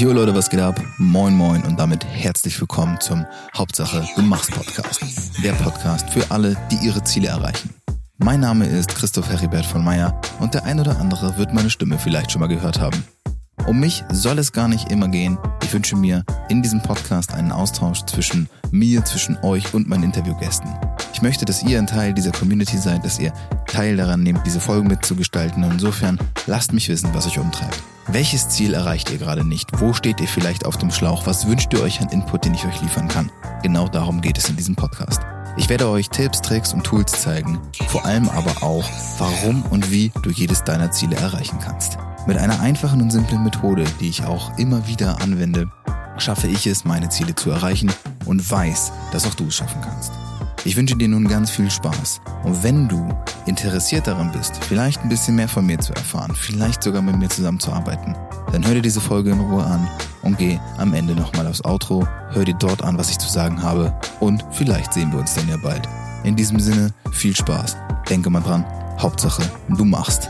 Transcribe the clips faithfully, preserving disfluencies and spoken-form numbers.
Jo Leute, was geht ab? Moin moin und damit herzlich willkommen zum Hauptsache du machst Podcast. Der Podcast für alle, die ihre Ziele erreichen. Mein Name ist Christoph Heribert von Meyer und der ein oder andere wird meine Stimme vielleicht schon mal gehört haben. Um mich soll es gar nicht immer gehen. Ich wünsche mir in diesem Podcast einen Austausch zwischen mir, zwischen euch und meinen Interviewgästen. Ich möchte, dass ihr ein Teil dieser Community seid, dass ihr Teil daran nehmt, diese Folgen mitzugestalten. Und insofern lasst mich wissen, was euch umtreibt. Welches Ziel erreicht ihr gerade nicht? Wo steht ihr vielleicht auf dem Schlauch? Was wünscht ihr euch an Input, den ich euch liefern kann? Genau darum geht es in diesem Podcast. Ich werde euch Tipps, Tricks und Tools zeigen, vor allem aber auch, warum und wie du jedes deiner Ziele erreichen kannst. Mit einer einfachen und simplen Methode, die ich auch immer wieder anwende, schaffe ich es, meine Ziele zu erreichen und weiß, dass auch du es schaffen kannst. Ich wünsche dir nun ganz viel Spaß. Und wenn du interessiert daran bist, vielleicht ein bisschen mehr von mir zu erfahren, vielleicht sogar mit mir zusammenzuarbeiten, dann hör dir diese Folge in Ruhe an und geh am Ende nochmal aufs Outro, hör dir dort an, was ich zu sagen habe und vielleicht sehen wir uns dann ja bald. In diesem Sinne, viel Spaß. Denke mal dran, Hauptsache du machst.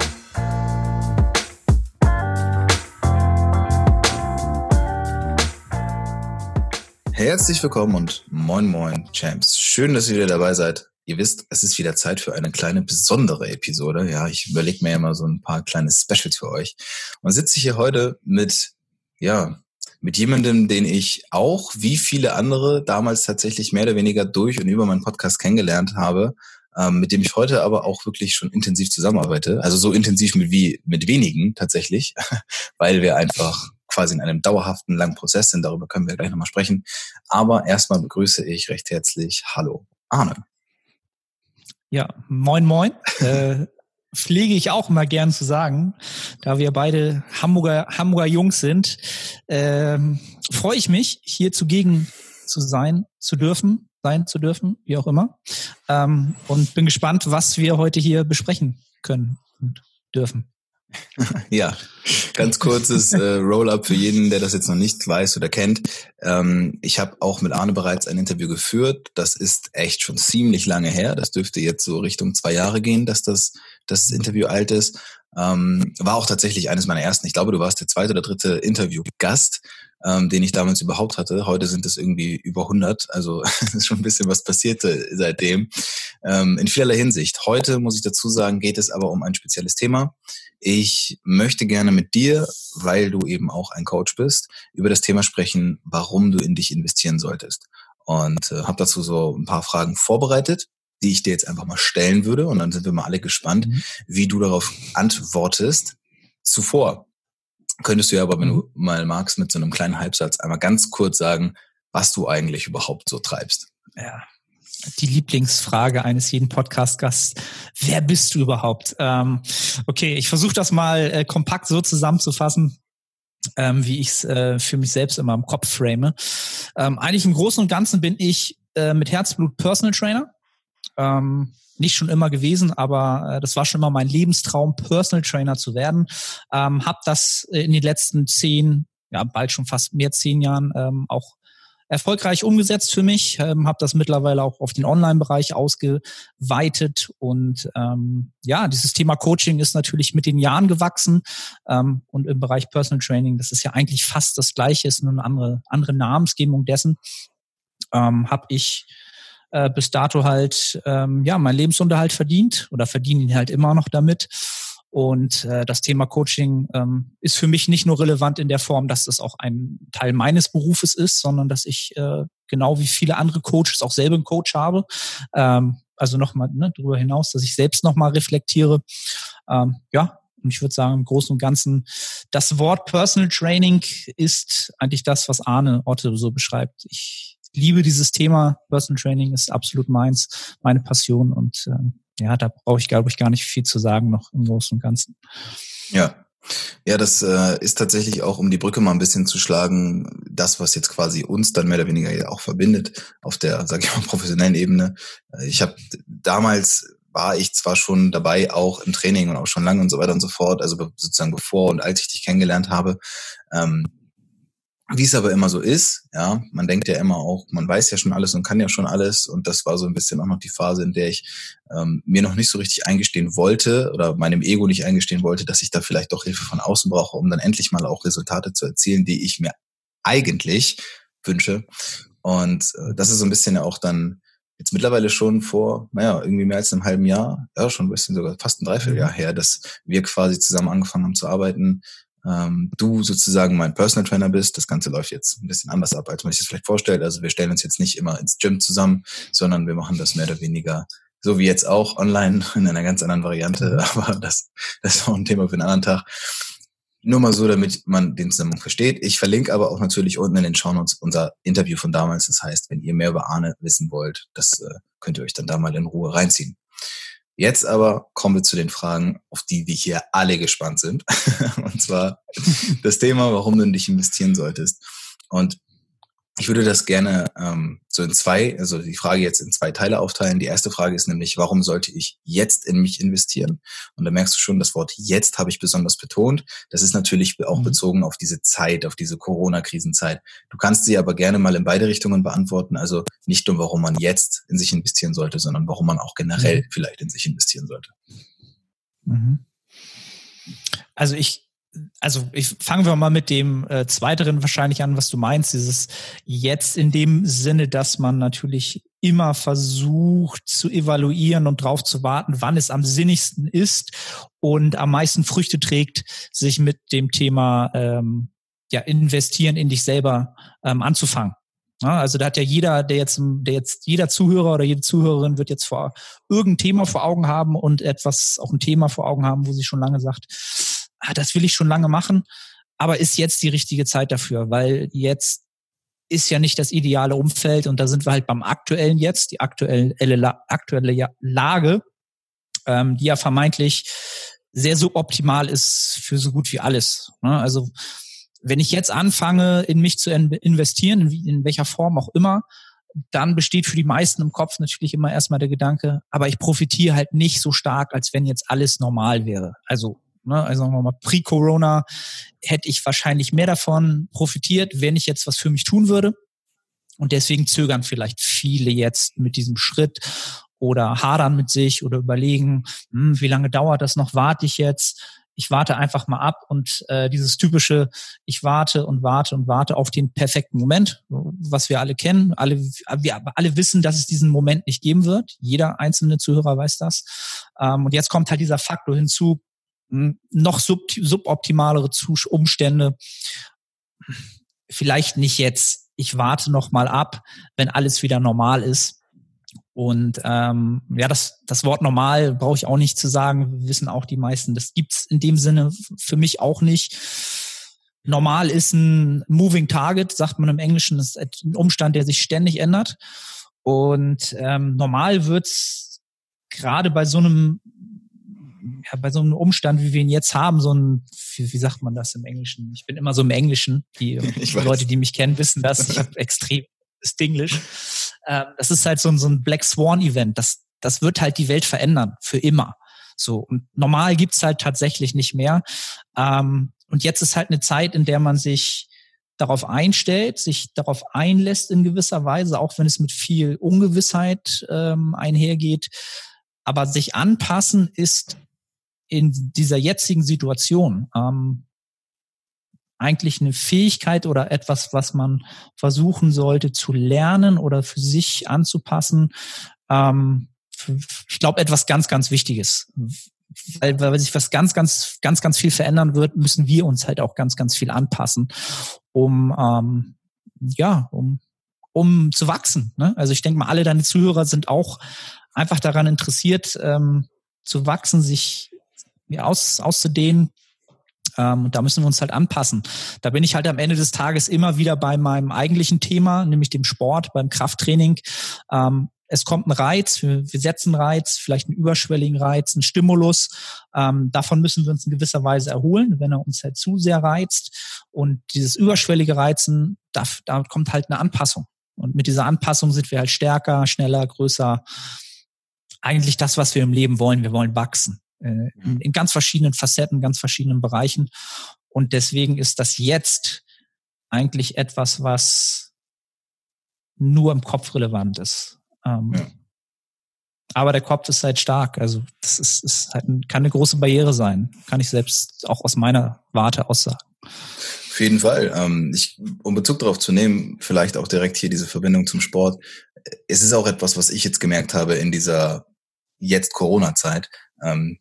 Herzlich willkommen und moin moin Champs. Schön, dass ihr wieder dabei seid. Ihr wisst, es ist wieder Zeit für eine kleine besondere Episode. Ja, ich überlege mir ja mal so ein paar kleine Specials für euch. Und sitze hier heute mit, ja, mit jemandem, den ich auch, wie viele andere, damals tatsächlich mehr oder weniger durch und über meinen Podcast kennengelernt habe, ähm, mit dem ich heute aber auch wirklich schon intensiv zusammenarbeite. Also so intensiv mit wie mit wenigen tatsächlich, weil wir einfach quasi in einem dauerhaften, langen Prozess sind. Darüber können wir gleich nochmal sprechen. Aber erstmal begrüße ich recht herzlich, hallo Arne. Ja, moin moin. äh, pflege ich auch mal gern zu sagen, da wir beide Hamburger, Hamburger Jungs sind, ähm, freue ich mich, hier zugegen zu sein, zu dürfen, sein zu dürfen, wie auch immer. Ähm, und bin gespannt, was wir heute hier besprechen können und dürfen. Ja, ganz kurzes äh, Roll-up für jeden, der das jetzt noch nicht weiß oder kennt. Ähm, ich habe auch mit Arne bereits ein Interview geführt. Das ist echt schon ziemlich lange her. Das dürfte jetzt so Richtung zwei Jahre gehen, dass das, das Interview alt ist. Ähm, war auch tatsächlich eines meiner ersten. Ich glaube, du warst der zweite oder dritte Interviewgast, ähm, den ich damals überhaupt hatte. Heute sind es irgendwie über hundert. Also es ist schon ein bisschen was passiert seitdem. Ähm, in vielerlei Hinsicht. Heute, muss ich dazu sagen, geht es aber um ein spezielles Thema. Ich möchte gerne mit dir, weil du eben auch ein Coach bist, über das Thema sprechen, warum du in dich investieren solltest. Und äh, habe dazu so ein paar Fragen vorbereitet, die ich dir jetzt einfach mal stellen würde. Und dann sind wir mal alle gespannt, mhm. wie du darauf antwortest. Zuvor könntest du ja aber, wenn du mal magst, mit so einem kleinen Halbsatz einmal ganz kurz sagen, was du eigentlich überhaupt so treibst. Ja. Die Lieblingsfrage eines jeden Podcast-Gasts. Wer bist du überhaupt? Ähm, okay, ich versuche das mal äh, kompakt so zusammenzufassen, ähm, wie ich es äh, für mich selbst immer im Kopf frame. Ähm, eigentlich im Großen und Ganzen bin ich äh, mit Herzblut Personal Trainer. Ähm, nicht schon immer gewesen, aber äh, das war schon immer mein Lebenstraum, Personal Trainer zu werden. Ähm, hab das in den letzten zehn, ja bald schon fast mehr zehn Jahren ähm, auch erfolgreich umgesetzt für mich, ähm, habe das mittlerweile auch auf den Online-Bereich ausgeweitet und ähm, ja, dieses Thema Coaching ist natürlich mit den Jahren gewachsen ähm, und im Bereich Personal Training, das ist ja eigentlich fast das Gleiche, ist nur eine andere, andere Namensgebung dessen, ähm, habe ich äh, bis dato halt ähm, ja meinen Lebensunterhalt verdient oder verdiene ihn halt immer noch damit. Und äh, das Thema Coaching ähm, ist für mich nicht nur relevant in der Form, dass das auch ein Teil meines Berufes ist, sondern dass ich äh, genau wie viele andere Coaches auch selber einen Coach habe. Ähm, also nochmal ne, darüber hinaus, dass ich selbst nochmal reflektiere. Ähm, ja, und ich würde sagen, im Großen und Ganzen, das Wort Personal Training ist eigentlich das, was Arne Otte so beschreibt. Ich liebe dieses Thema. Personal Training ist absolut meins, meine Passion und äh, ja, da brauche ich, glaube ich, gar nicht viel zu sagen noch im Großen und Ganzen. Ja, ja, das äh, ist tatsächlich auch, um die Brücke mal ein bisschen zu schlagen, das, was jetzt quasi uns dann mehr oder weniger ja auch verbindet auf der, sag ich mal, professionellen Ebene. Ich habe damals war ich zwar schon dabei, auch im Training und auch schon lange und so weiter und so fort, also sozusagen bevor und als ich dich kennengelernt habe. Ähm, Wie es aber immer so ist, ja, man denkt ja immer auch, man weiß ja schon alles und kann ja schon alles, und das war so ein bisschen auch noch die Phase, in der ich ähm, mir noch nicht so richtig eingestehen wollte oder meinem Ego nicht eingestehen wollte, dass ich da vielleicht doch Hilfe von außen brauche, um dann endlich mal auch Resultate zu erzielen, die ich mir eigentlich wünsche. Und äh, das ist so ein bisschen ja auch dann jetzt mittlerweile schon vor, naja, irgendwie mehr als einem halben Jahr, ja, schon ein bisschen sogar fast ein Dreivierteljahr her, dass wir quasi zusammen angefangen haben zu arbeiten. Ähm, du sozusagen mein Personal Trainer bist. Das Ganze läuft jetzt ein bisschen anders ab, als man sich das vielleicht vorstellt. Also wir stellen uns jetzt nicht immer ins Gym zusammen, sondern wir machen das mehr oder weniger so wie jetzt auch online in einer ganz anderen Variante. Aber das, das ist auch ein Thema für einen anderen Tag. Nur mal so, damit man den Zusammenhang versteht. Ich verlinke aber auch natürlich unten in den Shownotes unser Interview von damals. Das heißt, wenn ihr mehr über Arne wissen wollt, das äh, könnt ihr euch dann da mal in Ruhe reinziehen. Jetzt aber kommen wir zu den Fragen, auf die wir hier alle gespannt sind. Und zwar das Thema, warum du in dich investieren solltest. Und ich würde das gerne ähm, so in zwei, also die Frage jetzt in zwei Teile aufteilen. Die erste Frage ist nämlich, warum sollte ich jetzt in mich investieren? Und da merkst du schon, das Wort jetzt habe ich besonders betont. Das ist natürlich auch bezogen auf diese Zeit, auf diese Corona-Krisenzeit. Du kannst sie aber gerne mal in beide Richtungen beantworten. Also nicht nur, warum man jetzt in sich investieren sollte, sondern warum man auch generell vielleicht in sich investieren sollte. Also ich Also ich fangen wir mal mit dem äh, Zweiteren wahrscheinlich an, was du meinst, dieses jetzt in dem Sinne, dass man natürlich immer versucht zu evaluieren und drauf zu warten, wann es am sinnigsten ist und am meisten Früchte trägt, sich mit dem Thema ähm, ja investieren in dich selber ähm, anzufangen. Ja, also da hat ja jeder, der jetzt, der jetzt jeder Zuhörer oder jede Zuhörerin wird jetzt vor irgendein Thema vor Augen haben und etwas auch ein Thema vor Augen haben, wo sie schon lange sagt, ah, das will ich schon lange machen, aber ist jetzt die richtige Zeit dafür, weil jetzt ist ja nicht das ideale Umfeld und da sind wir halt beim aktuellen jetzt, die aktuelle, aktuelle Lage, ähm, die ja vermeintlich sehr suboptimal ist für so gut wie alles. Ne? Also wenn ich jetzt anfange, in mich zu investieren, in, in welcher Form auch immer, dann besteht für die meisten im Kopf natürlich immer erstmal der Gedanke, aber ich profitiere halt nicht so stark, als wenn jetzt alles normal wäre. Also Also sagen wir mal, pre-Corona hätte ich wahrscheinlich mehr davon profitiert, wenn ich jetzt was für mich tun würde. Und deswegen zögern vielleicht viele jetzt mit diesem Schritt oder hadern mit sich oder überlegen, hm, wie lange dauert das noch, warte ich jetzt? Ich warte einfach mal ab und äh, dieses typische, ich warte und warte und warte auf den perfekten Moment, was wir alle kennen. Alle, wir alle wissen, dass es diesen Moment nicht geben wird. Jeder einzelne Zuhörer weiß das. Ähm, und jetzt kommt halt dieser Faktor hinzu, noch sub, suboptimalere Umstände. Vielleicht nicht jetzt. Ich warte noch mal ab, wenn alles wieder normal ist. Und ähm, ja, das, das Wort normal brauche ich auch nicht zu sagen. Wir wissen auch die meisten, das gibt's in dem Sinne für mich auch nicht. Normal ist ein Moving Target, sagt man im Englischen. Das ist ein Umstand, der sich ständig ändert. Und ähm, normal wird's gerade bei so einem Ja, bei so einem Umstand, wie wir ihn jetzt haben, so ein, wie, wie sagt man das im Englischen? Ich bin immer so im Englischen. Die, die Leute, die mich kennen, wissen das. Ich habe extrem Englisch. Ähm, das ist halt so ein, so ein Black Swan Event. Das, das wird halt die Welt verändern. Für immer. So. Und normal gibt's halt tatsächlich nicht mehr. Ähm, und jetzt ist halt eine Zeit, in der man sich darauf einstellt, sich darauf einlässt in gewisser Weise, auch wenn es mit viel Ungewissheit ähm, einhergeht. Aber sich anpassen ist in dieser jetzigen Situation ähm, eigentlich eine Fähigkeit oder etwas, was man versuchen sollte zu lernen oder für sich anzupassen. Ähm, für, ich glaube, etwas ganz, ganz Wichtiges. Weil, weil sich was ganz, ganz, ganz, ganz viel verändern wird, müssen wir uns halt auch ganz, ganz viel anpassen, um ähm, ja, um um zu wachsen. Ne? Also ich denke mal, alle deine Zuhörer sind auch einfach daran interessiert, ähm, zu wachsen, sich ja, aus, auszudehnen. Ähm, und da müssen wir uns halt anpassen. Da bin ich halt am Ende des Tages immer wieder bei meinem eigentlichen Thema, nämlich dem Sport, beim Krafttraining. Ähm, es kommt ein Reiz, wir, wir setzen einen Reiz, vielleicht einen überschwelligen Reiz, einen Stimulus. Ähm, davon müssen wir uns in gewisser Weise erholen, wenn er uns halt zu sehr reizt. Und dieses überschwellige Reizen, da, da kommt halt eine Anpassung. Und mit dieser Anpassung sind wir halt stärker, schneller, größer. Eigentlich das, was wir im Leben wollen. Wir wollen wachsen. Äh, in, in ganz verschiedenen Facetten, ganz verschiedenen Bereichen. Und deswegen ist das jetzt eigentlich etwas, was nur im Kopf relevant ist. Ähm, ja. Aber der Kopf ist halt stark. Also das ist, ist halt ein, kann eine große Barriere sein. Kann ich selbst auch aus meiner Warte aussagen. Auf jeden Fall. Ähm, ich, um Bezug darauf zu nehmen, vielleicht auch direkt hier diese Verbindung zum Sport. Es ist auch etwas, was ich jetzt gemerkt habe in dieser jetzt Corona-Zeit. Ähm,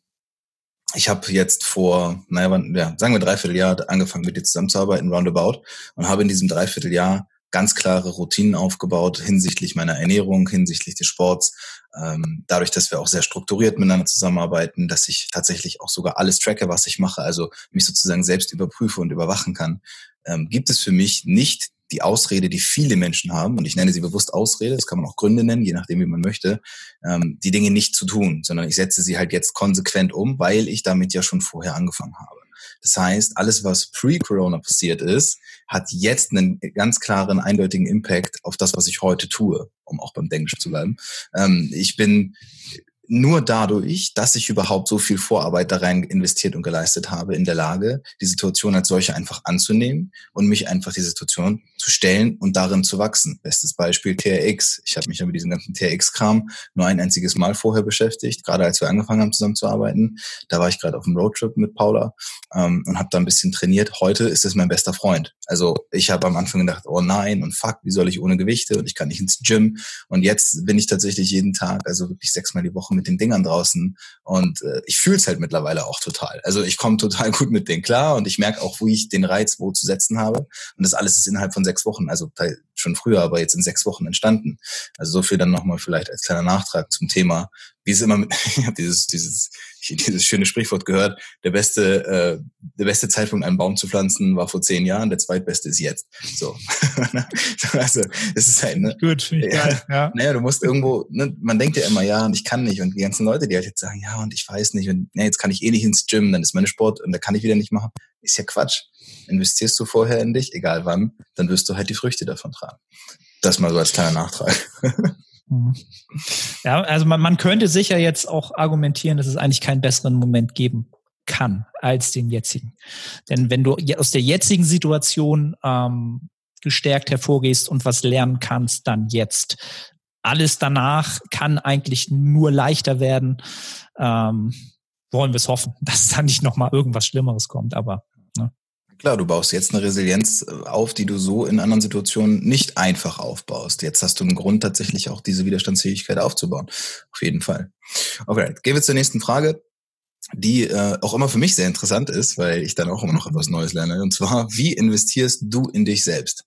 ich habe jetzt vor, naja, ja, sagen wir Dreivierteljahr angefangen mit dir zusammenzuarbeiten, roundabout, und habe in diesem Dreivierteljahr ganz klare Routinen aufgebaut hinsichtlich meiner Ernährung, hinsichtlich des Sports. Ähm, dadurch, dass wir auch sehr strukturiert miteinander zusammenarbeiten, dass ich tatsächlich auch sogar alles tracke, was ich mache, also mich sozusagen selbst überprüfe und überwachen kann, ähm, gibt es für mich nicht die Ausrede, die viele Menschen haben, und ich nenne sie bewusst Ausrede, das kann man auch Gründe nennen, je nachdem, wie man möchte, ähm, die Dinge nicht zu tun, sondern ich setze sie halt jetzt konsequent um, weil ich damit ja schon vorher angefangen habe. Das heißt, alles, was pre-Corona passiert ist, hat jetzt einen ganz klaren, eindeutigen Impact auf das, was ich heute tue, um auch beim Englisch zu bleiben. Ähm, ich bin nur dadurch, dass ich überhaupt so viel Vorarbeit da rein investiert und geleistet habe, in der Lage, die Situation als solche einfach anzunehmen und mich einfach die Situation zu stellen und darin zu wachsen. Bestes Beispiel T R X. Ich habe mich ja mit diesem ganzen T R X-Kram nur ein einziges Mal vorher beschäftigt, gerade als wir angefangen haben zusammenzuarbeiten. Da war ich gerade auf einem Roadtrip mit Paula ähm, und habe da ein bisschen trainiert. Heute ist es mein bester Freund. Also ich habe am Anfang gedacht, oh nein und fuck, wie soll ich ohne Gewichte, und ich kann nicht ins Gym. Und jetzt bin ich tatsächlich jeden Tag, also wirklich sechsmal die Woche mit den Dingern draußen, und äh, ich fühle es halt mittlerweile auch total. Also ich komme total gut mit denen klar und ich merke auch, wo ich den Reiz wo zu setzen habe, und das alles ist innerhalb von sechs Wochen, also schon früher, aber jetzt in sechs Wochen entstanden. Also so viel dann nochmal vielleicht als kleiner Nachtrag zum Thema, wie es immer mit, ich habe dieses, dieses, dieses schöne Sprichwort gehört, der beste, äh, der beste Zeitpunkt, einen Baum zu pflanzen, war vor zehn Jahren, der zweitbeste ist jetzt. So. Also, es ist halt, ne? Gut, finde ich geil, ja. Naja, du musst irgendwo, ne, man denkt ja immer, ja, und ich kann nicht, und die ganzen Leute, die halt jetzt sagen, ja, und ich weiß nicht, und ne, jetzt kann ich eh nicht ins Gym, dann ist meine Sport, und da kann ich wieder nicht machen. Ist ja Quatsch. Investierst du vorher in dich, egal wann, dann wirst du halt die Früchte davon tragen. Das mal so als kleiner Nachtrag. Ja, also man, man könnte sicher jetzt auch argumentieren, dass es eigentlich keinen besseren Moment geben kann als den jetzigen. Denn wenn du aus der jetzigen Situation ähm, gestärkt hervorgehst und was lernen kannst, dann jetzt. Alles danach kann eigentlich nur leichter werden. Ähm, wollen wir es hoffen, dass da nicht nochmal irgendwas Schlimmeres kommt, aber ne. Klar, du baust jetzt eine Resilienz auf, die du so in anderen Situationen nicht einfach aufbaust. Jetzt hast du einen Grund, tatsächlich auch diese Widerstandsfähigkeit aufzubauen. Auf jeden Fall. Okay, gehen wir zur nächsten Frage, die äh, auch immer für mich sehr interessant ist, weil ich dann auch immer noch etwas Neues lerne. Und zwar, wie investierst du in dich selbst?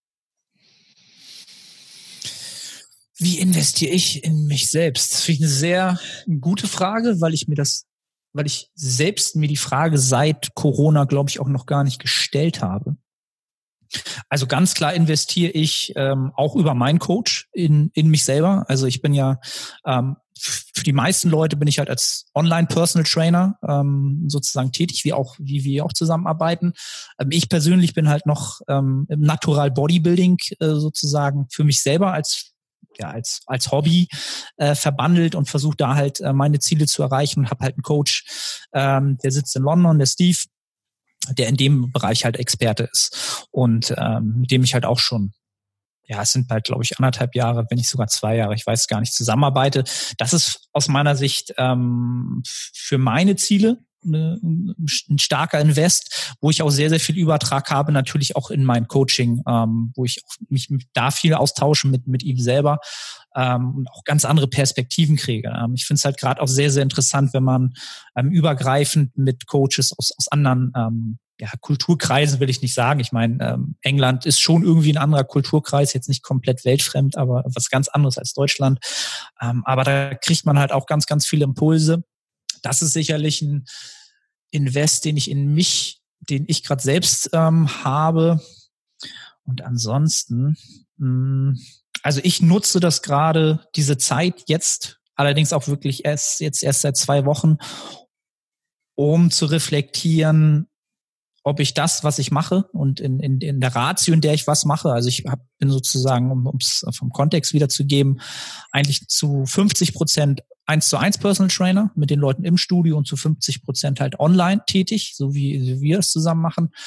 Wie investiere ich in mich selbst? Das finde ich eine sehr gute Frage, weil ich mir das weil ich selbst mir die Frage seit Corona, glaube ich, auch noch gar nicht gestellt habe. Also ganz klar investiere ich ähm, auch über meinen Coach in in mich selber. Also ich bin ja, ähm, für die meisten Leute bin ich halt als Online-Personal Trainer ähm, sozusagen tätig, wie auch wie wir auch zusammenarbeiten. Ähm, ich persönlich bin halt noch ähm, im Natural Bodybuilding äh, sozusagen für mich selber als ja als als Hobby äh, verbandelt und versuche da halt äh, meine Ziele zu erreichen und habe halt einen Coach, ähm, der sitzt in London, der Steve, der in dem Bereich halt Experte ist und ähm, mit dem ich halt auch schon, ja, es sind bald, glaube ich, anderthalb Jahre, wenn nicht sogar zwei Jahre, ich weiß gar nicht, zusammenarbeite. Das ist aus meiner Sicht ähm, für meine Ziele ein starker Invest, wo ich auch sehr, sehr viel Übertrag habe, natürlich auch in mein Coaching, ähm, wo ich auch mich da viel austausche mit mit ihm selber ähm, und auch ganz andere Perspektiven kriege. Ähm, ich finde es halt gerade auch sehr, sehr interessant, wenn man ähm, übergreifend mit Coaches aus aus anderen ähm, ja, Kulturkreisen will ich nicht sagen. Ich meine, ähm, England ist schon irgendwie ein anderer Kulturkreis, jetzt nicht komplett weltfremd, aber was ganz anderes als Deutschland. Ähm, aber da kriegt man halt auch ganz, ganz viele Impulse. Das ist sicherlich ein Invest, den ich in mich, den ich gerade selbst ähm, habe. Und ansonsten, mh, also ich nutze das gerade, diese Zeit jetzt, allerdings auch wirklich erst jetzt erst seit zwei Wochen, um zu reflektieren, ob ich das, was ich mache und in, in, in der Ratio, in der ich was mache, also ich hab, bin sozusagen, um es vom Kontext wiederzugeben, eigentlich zu fünfzig Prozent eins zu eins Personal Trainer mit den Leuten im Studio und zu fünfzig Prozent halt online tätig, so wie, wie wir es zusammen machen.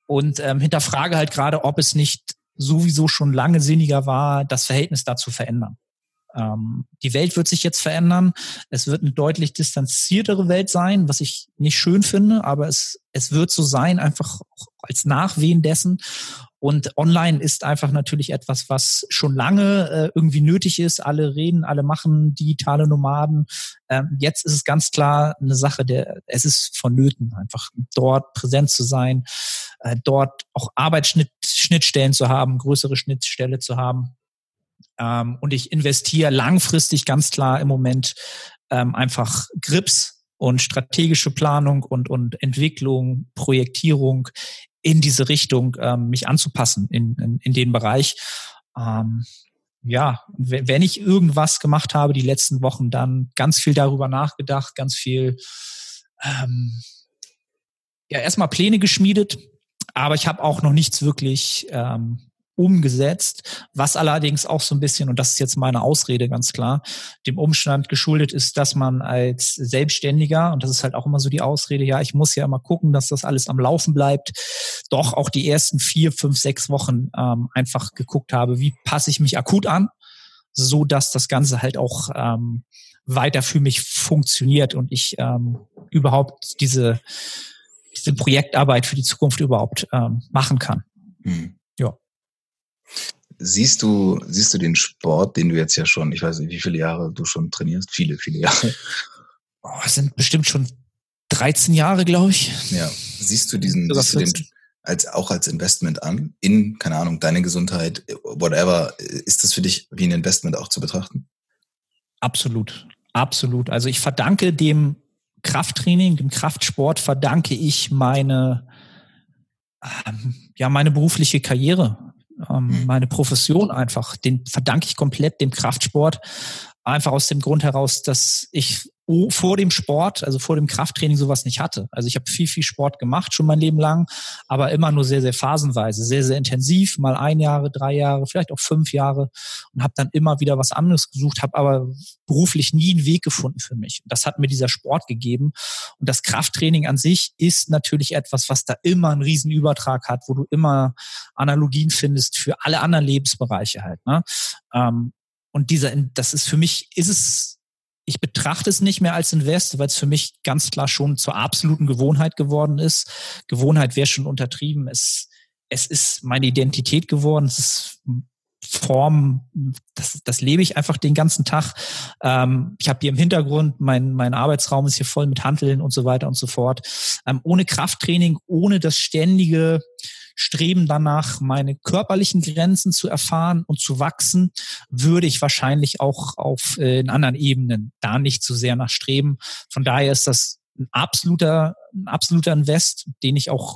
und ähm, hinterfrage halt gerade, ob es nicht sowieso schon lange sinniger war, das Verhältnis da zu verändern. Ähm, die Welt wird sich jetzt verändern. Es wird eine deutlich distanziertere Welt sein, was ich nicht schön finde, aber es, es wird so sein, einfach als Nachwehen dessen. Und online ist einfach natürlich etwas, was schon lange äh, irgendwie nötig ist. Alle reden, alle machen digitale Nomaden. Ähm, jetzt ist es ganz klar eine Sache, der es ist vonnöten, einfach dort präsent zu sein, äh, dort auch Arbeitsschnittstellen zu haben, größere Schnittstelle zu haben. Ähm, und ich investiere langfristig ganz klar im Moment ähm, einfach Grips und strategische Planung und, und Entwicklung, Projektierung in diese Richtung, ähm, mich anzupassen in, in, in den Bereich. Ähm, ja, wenn ich irgendwas gemacht habe die letzten Wochen, dann ganz viel darüber nachgedacht, ganz viel, ähm, ja, erstmal Pläne geschmiedet, aber ich habe auch noch nichts wirklich ähm, umgesetzt, was allerdings auch so ein bisschen, und das ist jetzt meine Ausrede ganz klar, dem Umstand geschuldet ist, dass man als Selbstständiger, und das ist halt auch immer so die Ausrede, ja, ich muss ja immer gucken, dass das alles am Laufen bleibt, doch auch die ersten vier, fünf, sechs Wochen ähm, einfach geguckt habe, wie passe ich mich akut an, so dass das Ganze halt auch ähm, weiter für mich funktioniert und ich ähm, überhaupt diese, diese Projektarbeit für die Zukunft überhaupt ähm, machen kann. Hm. Ja. Siehst du, siehst du den Sport, den du jetzt ja schon, ich weiß nicht, wie viele Jahre du schon trainierst? Viele, viele Jahre. Oh, es sind bestimmt schon dreizehn Jahre, glaube ich. Ja. Siehst du diesen, siehst du den als, auch als Investment an? In, keine Ahnung, deine Gesundheit, whatever. Ist das für dich wie ein Investment auch zu betrachten? Absolut. Absolut. Also ich verdanke dem Krafttraining, dem Kraftsport verdanke ich meine, ähm, ja, meine berufliche Karriere. Meine Profession einfach, den verdanke ich komplett dem Kraftsport, einfach aus dem Grund heraus, dass ich vor dem Sport, also vor dem Krafttraining sowas nicht hatte. Also ich habe viel, viel Sport gemacht, schon mein Leben lang, aber immer nur sehr, sehr phasenweise, sehr, sehr intensiv, mal ein Jahre, drei Jahre, vielleicht auch fünf Jahre und habe dann immer wieder was anderes gesucht, habe aber beruflich nie einen Weg gefunden für mich. Das hat mir dieser Sport gegeben und das Krafttraining an sich ist natürlich etwas, was da immer einen riesen Übertrag hat, wo du immer Analogien findest für alle anderen Lebensbereiche halt, ne? Und dieser, das ist für mich, ist es Ich betrachte es nicht mehr als Invest, weil es für mich ganz klar schon zur absoluten Gewohnheit geworden ist. Gewohnheit wäre schon untertrieben. Es, es ist meine Identität geworden. Es ist Form, das, das lebe ich einfach den ganzen Tag. Ähm, ich habe hier im Hintergrund, mein, mein Arbeitsraum ist hier voll mit Hanteln und so weiter und so fort. Ähm, ohne Krafttraining, ohne das ständige Streben danach, meine körperlichen Grenzen zu erfahren und zu wachsen, würde ich wahrscheinlich auch auf äh, in anderen Ebenen da nicht so sehr nach streben. Von daher ist das ein absoluter, ein absoluter Invest, den ich auch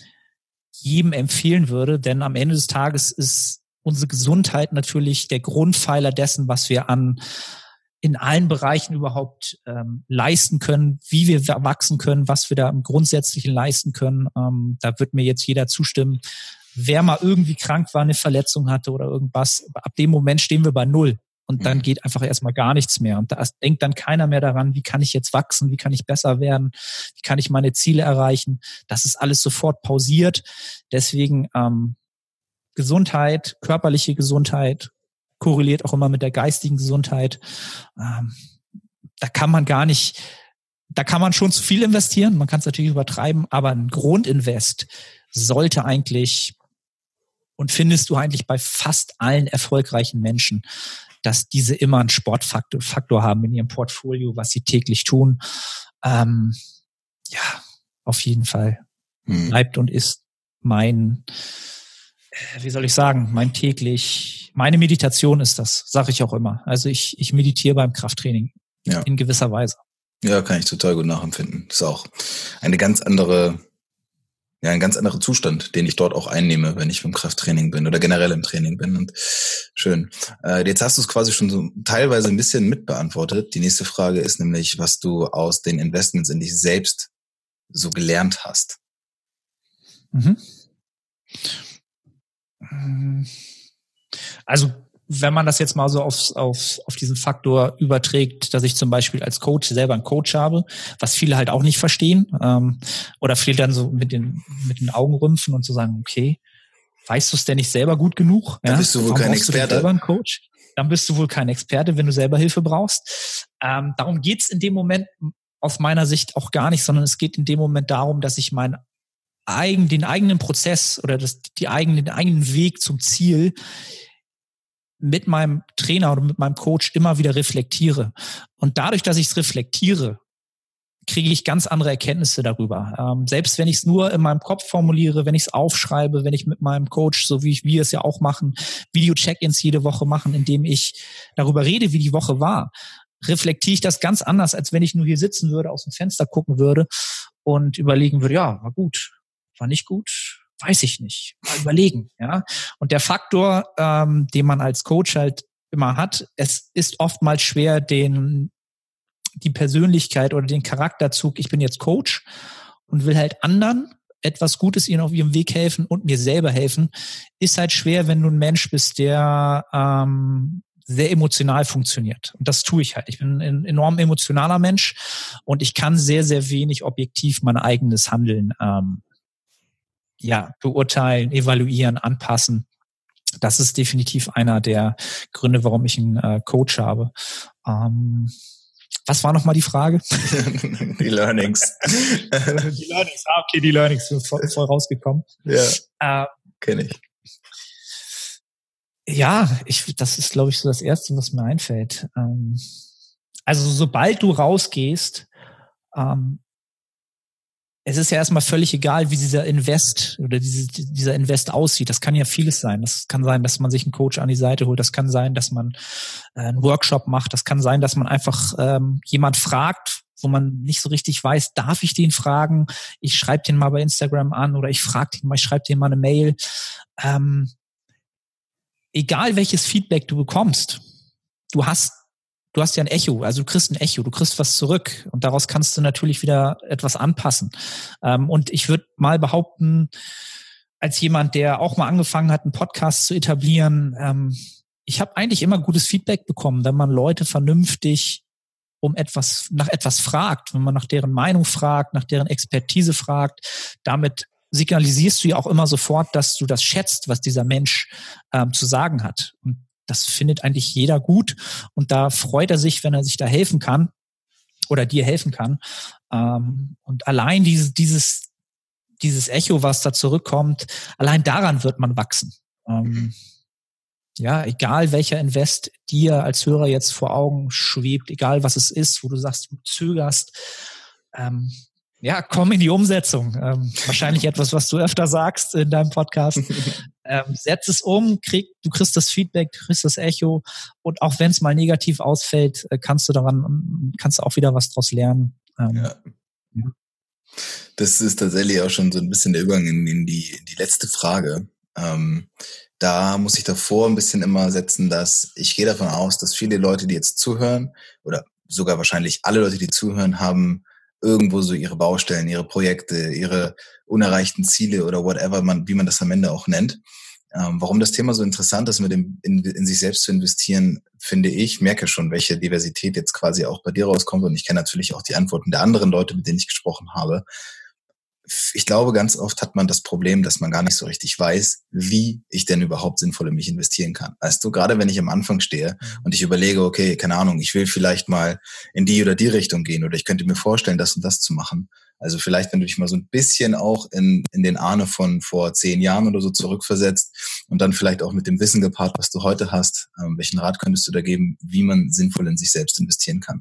jedem empfehlen würde, denn am Ende des Tages ist unsere Gesundheit natürlich der Grundpfeiler dessen, was wir an in allen Bereichen überhaupt ähm, leisten können, wie wir wachsen können, was wir da im Grundsätzlichen leisten können. Ähm, da wird mir jetzt jeder zustimmen. Wer mal irgendwie krank war, eine Verletzung hatte oder irgendwas, ab dem Moment stehen wir bei Null. Und dann geht einfach erstmal gar nichts mehr. Und da denkt dann keiner mehr daran, wie kann ich jetzt wachsen, wie kann ich besser werden, wie kann ich meine Ziele erreichen. Das ist alles sofort pausiert. Deswegen ähm, Gesundheit, körperliche Gesundheit, korreliert auch immer mit der geistigen Gesundheit. Ähm, da kann man gar nicht, da kann man schon zu viel investieren, man kann es natürlich übertreiben, aber ein Grundinvest sollte eigentlich, und findest du eigentlich bei fast allen erfolgreichen Menschen, dass diese immer einen Sportfaktor Faktor haben in ihrem Portfolio, was sie täglich tun. Ähm, ja, auf jeden Fall hm. bleibt und ist mein, wie soll ich sagen, mein täglich, meine Meditation ist das, sage ich auch immer. Also ich, ich meditiere beim Krafttraining ja. in gewisser Weise. Ja, kann ich total gut nachempfinden. Das ist auch eine ganz andere, ja, ein ganz anderer Zustand, den ich dort auch einnehme, wenn ich beim Krafttraining bin oder generell im Training bin. Und schön. Äh, jetzt hast du es quasi schon so teilweise ein bisschen mitbeantwortet. Die nächste Frage ist nämlich, was du aus den Investments in dich selbst so gelernt hast. Mhm. Also wenn man das jetzt mal so auf, auf, auf diesen Faktor überträgt, dass ich zum Beispiel als Coach selber einen Coach habe, was viele halt auch nicht verstehen, ähm, oder viele dann so mit den, mit den Augen rümpfen und so sagen, okay, weißt du es denn nicht selber gut genug? Dann ja? bist du wohl Warum kein brauchst du denn Experte. selber einen Coach? Dann bist du wohl kein Experte, wenn du selber Hilfe brauchst. Ähm, darum geht's in dem Moment aus meiner Sicht auch gar nicht, sondern es geht in dem Moment darum, dass ich meinen eigen, den eigenen Prozess oder das, die eigenen, den eigenen Weg zum Ziel mit meinem Trainer oder mit meinem Coach immer wieder reflektiere. Und dadurch, dass ich es reflektiere, kriege ich ganz andere Erkenntnisse darüber. Ähm, selbst wenn ich es nur in meinem Kopf formuliere, wenn ich es aufschreibe, wenn ich mit meinem Coach, so wie ich, wir es ja auch machen, Video-Check-ins jede Woche machen, indem ich darüber rede, wie die Woche war, reflektiere ich das ganz anders, als wenn ich nur hier sitzen würde, aus dem Fenster gucken würde und überlegen würde, ja, war gut, war nicht gut, weiß ich nicht, mal überlegen. Ja. Und der Faktor, ähm, den man als Coach halt immer hat, es ist oftmals schwer, den die Persönlichkeit oder den Charakterzug, ich bin jetzt Coach und will halt anderen etwas Gutes ihnen auf ihrem Weg helfen und mir selber helfen, ist halt schwer, wenn du ein Mensch bist, der ähm, sehr emotional funktioniert. Und das tue ich halt. Ich bin ein enorm emotionaler Mensch und ich kann sehr, sehr wenig objektiv mein eigenes Handeln ähm, ja, beurteilen, evaluieren, anpassen. Das ist definitiv einer der Gründe, warum ich einen äh, Coach habe. Ähm, Was war nochmal die Frage? Die Learnings. Die Learnings, ah, okay, die Learnings sind voll, voll rausgekommen. Ja, äh, kenne ich. Ja, ich, das ist, glaube ich, so das Erste, was mir einfällt. Ähm, also sobald du rausgehst, ähm, es ist ja erstmal völlig egal, wie dieser Invest oder diese, dieser Invest aussieht. Das kann ja vieles sein. Das kann sein, dass man sich einen Coach an die Seite holt. Das kann sein, dass man äh, einen Workshop macht. Das kann sein, dass man einfach ähm, jemand fragt, wo man nicht so richtig weiß, darf ich den fragen? Ich schreibe den mal bei Instagram an oder ich frage den mal, ich schreibe den mal eine Mail. Ähm, egal welches Feedback du bekommst, du hast Du hast ja ein Echo, also du kriegst ein Echo, du kriegst was zurück und daraus kannst du natürlich wieder etwas anpassen. Ähm, und ich würde mal behaupten, als jemand, der auch mal angefangen hat, einen Podcast zu etablieren, ähm, ich habe eigentlich immer gutes Feedback bekommen, wenn man Leute vernünftig um etwas, nach etwas fragt, wenn man nach deren Meinung fragt, nach deren Expertise fragt. Damit signalisierst du ja auch immer sofort, dass du das schätzt, was dieser Mensch ähm, zu sagen hat. Und das findet eigentlich jeder gut und da freut er sich, wenn er sich da helfen kann oder dir helfen kann. Und allein dieses, dieses, dieses Echo, was da zurückkommt, allein daran wird man wachsen. Ja, egal welcher Invest dir als Hörer jetzt vor Augen schwebt, egal was es ist, wo du sagst, du zögerst, ähm, ja, komm in die Umsetzung. Ähm, wahrscheinlich etwas, was du öfter sagst in deinem Podcast. Ähm, setz es um, krieg, du kriegst das Feedback, du kriegst das Echo und auch wenn es mal negativ ausfällt, kannst du daran, kannst du auch wieder was draus lernen. Ähm, ja. ja. Das ist tatsächlich auch schon so ein bisschen der Übergang in, in, die, in die letzte Frage. Ähm, da muss ich davor ein bisschen immer setzen, dass ich gehe davon aus, dass viele Leute, die jetzt zuhören oder sogar wahrscheinlich alle Leute, die zuhören, haben irgendwo so ihre Baustellen, ihre Projekte, ihre unerreichten Ziele oder whatever, man, wie man das am Ende auch nennt. Ähm, warum das Thema so interessant ist, mit dem in, in sich selbst zu investieren, finde ich, merke schon, welche Diversität jetzt quasi auch bei dir rauskommt und ich kenne natürlich auch die Antworten der anderen Leute, mit denen ich gesprochen habe. Ich glaube, ganz oft hat man das Problem, dass man gar nicht so richtig weiß, wie ich denn überhaupt sinnvoll in mich investieren kann. Weißt du, gerade wenn ich am Anfang stehe und ich überlege, okay, keine Ahnung, ich will vielleicht mal in die oder die Richtung gehen oder ich könnte mir vorstellen, das und das zu machen. Also vielleicht, wenn du dich mal so ein bisschen auch in, in den Arne von vor zehn Jahren oder so zurückversetzt und dann vielleicht auch mit dem Wissen gepaart, was du heute hast, ähm, welchen Rat könntest du da geben, wie man sinnvoll in sich selbst investieren kann?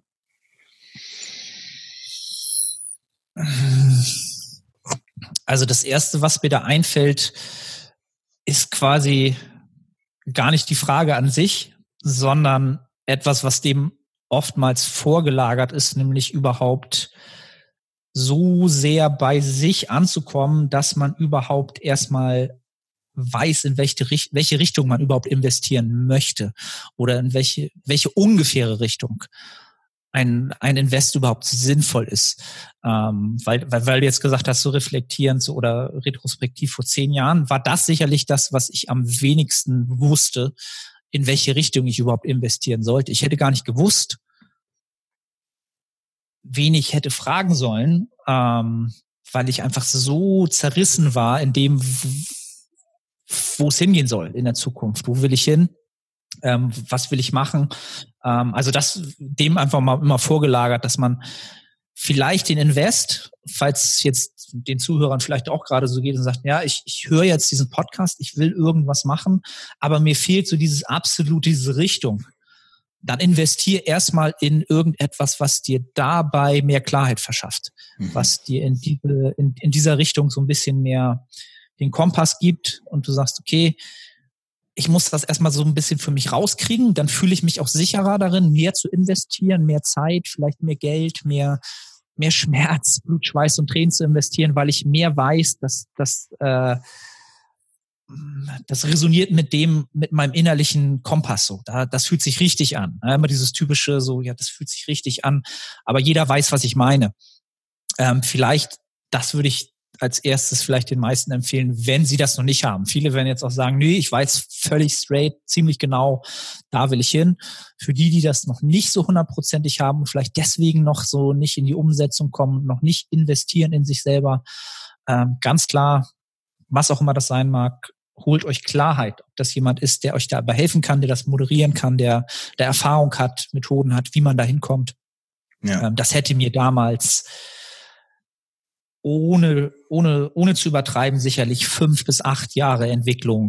Also das Erste, was mir da einfällt, ist quasi gar nicht die Frage an sich, sondern etwas, was dem oftmals vorgelagert ist, nämlich überhaupt so sehr bei sich anzukommen, dass man überhaupt erstmal weiß, in welche, welche Richtung man überhaupt investieren möchte oder in welche, welche ungefähre Richtung ein, ein Invest überhaupt sinnvoll ist. Ähm, weil, weil, weil du jetzt gesagt hast, so reflektierend so oder retrospektiv vor zehn Jahren, war das sicherlich das, was ich am wenigsten wusste, in welche Richtung ich überhaupt investieren sollte. Ich hätte gar nicht gewusst, wen ich hätte fragen sollen, ähm, weil ich einfach so zerrissen war in dem, wo es hingehen soll in der Zukunft. Wo will ich hin? Ähm, was will ich machen? Ähm, also das dem einfach mal immer vorgelagert, dass man vielleicht den Invest, falls jetzt den Zuhörern vielleicht auch gerade so geht und sagt, ja, ich, ich höre jetzt diesen Podcast, ich will irgendwas machen, aber mir fehlt so dieses absolute, diese Richtung. Dann investier erstmal in irgendetwas, was dir dabei mehr Klarheit verschafft, mhm. was dir in, die, in, in dieser Richtung so ein bisschen mehr den Kompass gibt und du sagst, okay, ich muss das erstmal so ein bisschen für mich rauskriegen, dann fühle ich mich auch sicherer darin, mehr zu investieren, mehr Zeit, vielleicht mehr Geld, mehr mehr Schmerz, Blut, Schweiß und Tränen zu investieren, weil ich mehr weiß, dass dass äh, das resoniert mit dem, mit meinem innerlichen Kompass so. Da, das fühlt sich richtig an. Ja, immer dieses typische so, ja, das fühlt sich richtig an. Aber jeder weiß, was ich meine. Ähm, vielleicht, das würde ich als erstes vielleicht den meisten empfehlen, wenn sie das noch nicht haben. Viele werden jetzt auch sagen, nee, ich weiß völlig straight, ziemlich genau, da will ich hin. Für die, die das noch nicht so hundertprozentig haben und vielleicht deswegen noch so nicht in die Umsetzung kommen, noch nicht investieren in sich selber, ähm, ganz klar, was auch immer das sein mag, holt euch Klarheit, ob das jemand ist, der euch dabei helfen kann, der das moderieren kann, der, der Erfahrung hat, Methoden hat, wie man da hinkommt. Ja. Ähm, das hätte mir damals ohne, ohne, ohne zu übertreiben, sicherlich fünf bis acht Jahre Entwicklung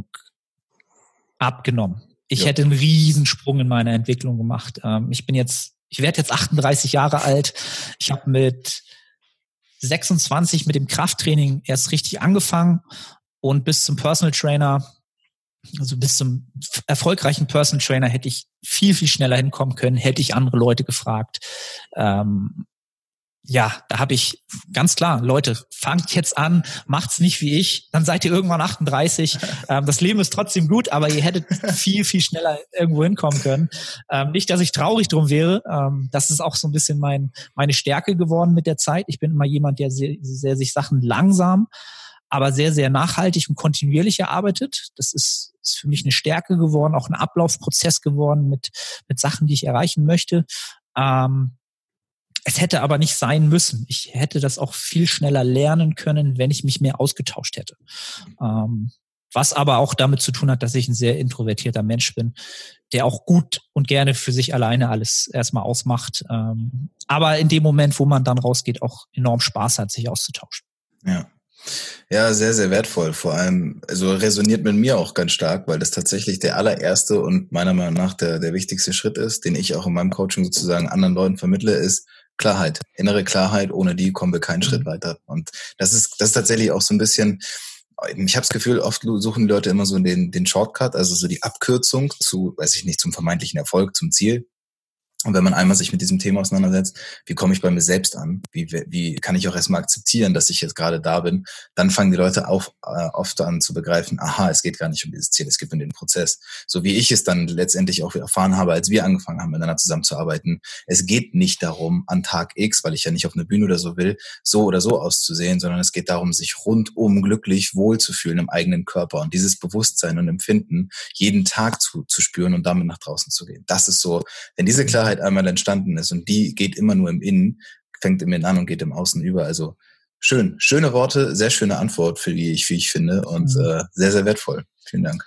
abgenommen. Ich ja. hätte einen Riesensprung in meiner Entwicklung gemacht. Ähm, ich bin jetzt, ich werde jetzt achtunddreißig Jahre alt. Ich habe mit sechsundzwanzig mit dem Krafttraining erst richtig angefangen und bis zum Personal Trainer, also bis zum erfolgreichen Personal Trainer hätte ich viel, viel schneller hinkommen können, hätte ich andere Leute gefragt. Ähm, Ja, da habe ich ganz klar, Leute, fangt jetzt an, macht's nicht wie ich, dann seid ihr irgendwann achtunddreißig. Ähm, das Leben ist trotzdem gut, aber ihr hättet viel, viel schneller irgendwo hinkommen können. Ähm, nicht, dass ich traurig drum wäre. Ähm, das ist auch so ein bisschen mein meine Stärke geworden mit der Zeit. Ich bin immer jemand, der sehr, sehr sich Sachen langsam, aber sehr, sehr nachhaltig und kontinuierlich erarbeitet. Das ist, ist für mich eine Stärke geworden, auch ein Ablaufprozess geworden mit mit Sachen, die ich erreichen möchte. Ähm, Es hätte aber nicht sein müssen. Ich hätte das auch viel schneller lernen können, wenn ich mich mehr ausgetauscht hätte. Ähm, was aber auch damit zu tun hat, dass ich ein sehr introvertierter Mensch bin, der auch gut und gerne für sich alleine alles erstmal ausmacht. Ähm, aber in dem Moment, wo man dann rausgeht, auch enorm Spaß hat, sich auszutauschen. Ja. Ja, sehr, sehr wertvoll. Vor allem, also resoniert mit mir auch ganz stark, weil das tatsächlich der allererste und meiner Meinung nach der, der wichtigste Schritt ist, den ich auch in meinem Coaching sozusagen anderen Leuten vermittle, ist Klarheit, innere Klarheit. Ohne die kommen wir keinen mhm. Schritt weiter. Und das ist, das ist tatsächlich auch so ein bisschen, ich habe das Gefühl, oft suchen die Leute immer so den, den Shortcut, also so die Abkürzung zu, weiß ich nicht, zum vermeintlichen Erfolg, zum Ziel. Und wenn man einmal sich mit diesem Thema auseinandersetzt, wie komme ich bei mir selbst an? Wie, wie kann ich auch erstmal akzeptieren, dass ich jetzt gerade da bin? Dann fangen die Leute auf, äh, oft an zu begreifen, aha, es geht gar nicht um dieses Ziel, es geht um den Prozess. So wie ich es dann letztendlich auch erfahren habe, als wir angefangen haben, miteinander zusammenzuarbeiten. Es geht nicht darum, an Tag X, weil ich ja nicht auf eine Bühne oder so will, so oder so auszusehen, sondern es geht darum, sich rundum glücklich wohlzufühlen im eigenen Körper und dieses Bewusstsein und Empfinden jeden Tag zu, zu spüren und damit nach draußen zu gehen. Das ist so, wenn diese Klarheit einmal entstanden ist und die geht immer nur im Innen, fängt im Innen an und geht im Außen über. Also schön, schöne Worte, sehr schöne Antwort, für die ich, wie ich finde und mhm. äh, sehr, sehr wertvoll. Vielen Dank.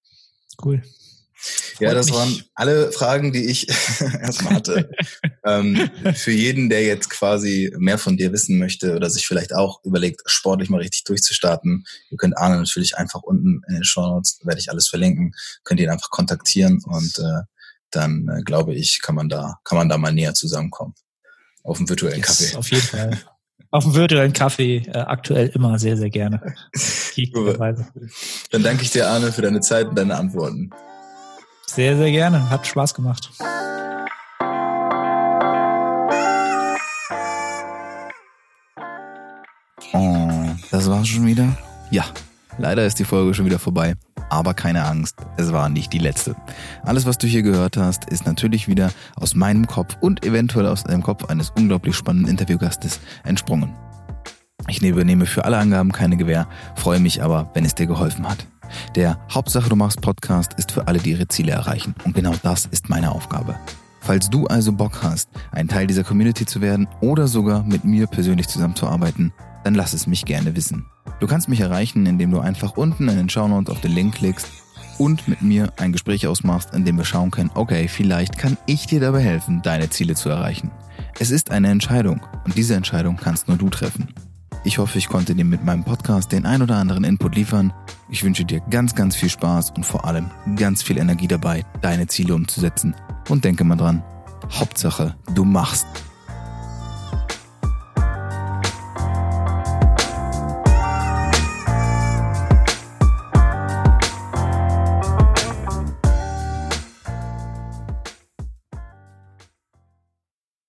Cool. Freut ja, das mich. Waren alle Fragen, die ich erstmal hatte. ähm, für jeden, der jetzt quasi mehr von dir wissen möchte oder sich vielleicht auch überlegt, sportlich mal richtig durchzustarten, ihr könnt Arne natürlich einfach unten in den Shownotes, werde ich alles verlinken, könnt ihr ihn einfach kontaktieren und äh, dann äh, glaube ich, kann man da kann man da mal näher zusammenkommen. Auf dem virtuellen yes, Kaffee. Auf jeden Fall. Auf dem virtuellen Kaffee äh, aktuell immer sehr, sehr gerne. Dann danke ich dir, Arne, für deine Zeit und deine Antworten. Sehr, sehr gerne. Hat Spaß gemacht. Oh, das war's schon wieder? Ja, leider ist die Folge schon wieder vorbei. Aber keine Angst, es war nicht die letzte. Alles, was du hier gehört hast, ist natürlich wieder aus meinem Kopf und eventuell aus dem Kopf eines unglaublich spannenden Interviewgastes entsprungen. Ich übernehme für alle Angaben keine Gewähr, freue mich aber, wenn es dir geholfen hat. Der Hauptsache du machst Podcast ist für alle, die ihre Ziele erreichen. Und genau das ist meine Aufgabe. Falls du also Bock hast, ein Teil dieser Community zu werden oder sogar mit mir persönlich zusammenzuarbeiten, dann lass es mich gerne wissen. Du kannst mich erreichen, indem du einfach unten in den Shownotes auf den Link klickst und mit mir ein Gespräch ausmachst, in dem wir schauen können, okay, vielleicht kann ich dir dabei helfen, deine Ziele zu erreichen. Es ist eine Entscheidung und diese Entscheidung kannst nur du treffen. Ich hoffe, ich konnte dir mit meinem Podcast den ein oder anderen Input liefern. Ich wünsche dir ganz, ganz viel Spaß und vor allem ganz viel Energie dabei, deine Ziele umzusetzen. Und denke mal dran, Hauptsache du machst.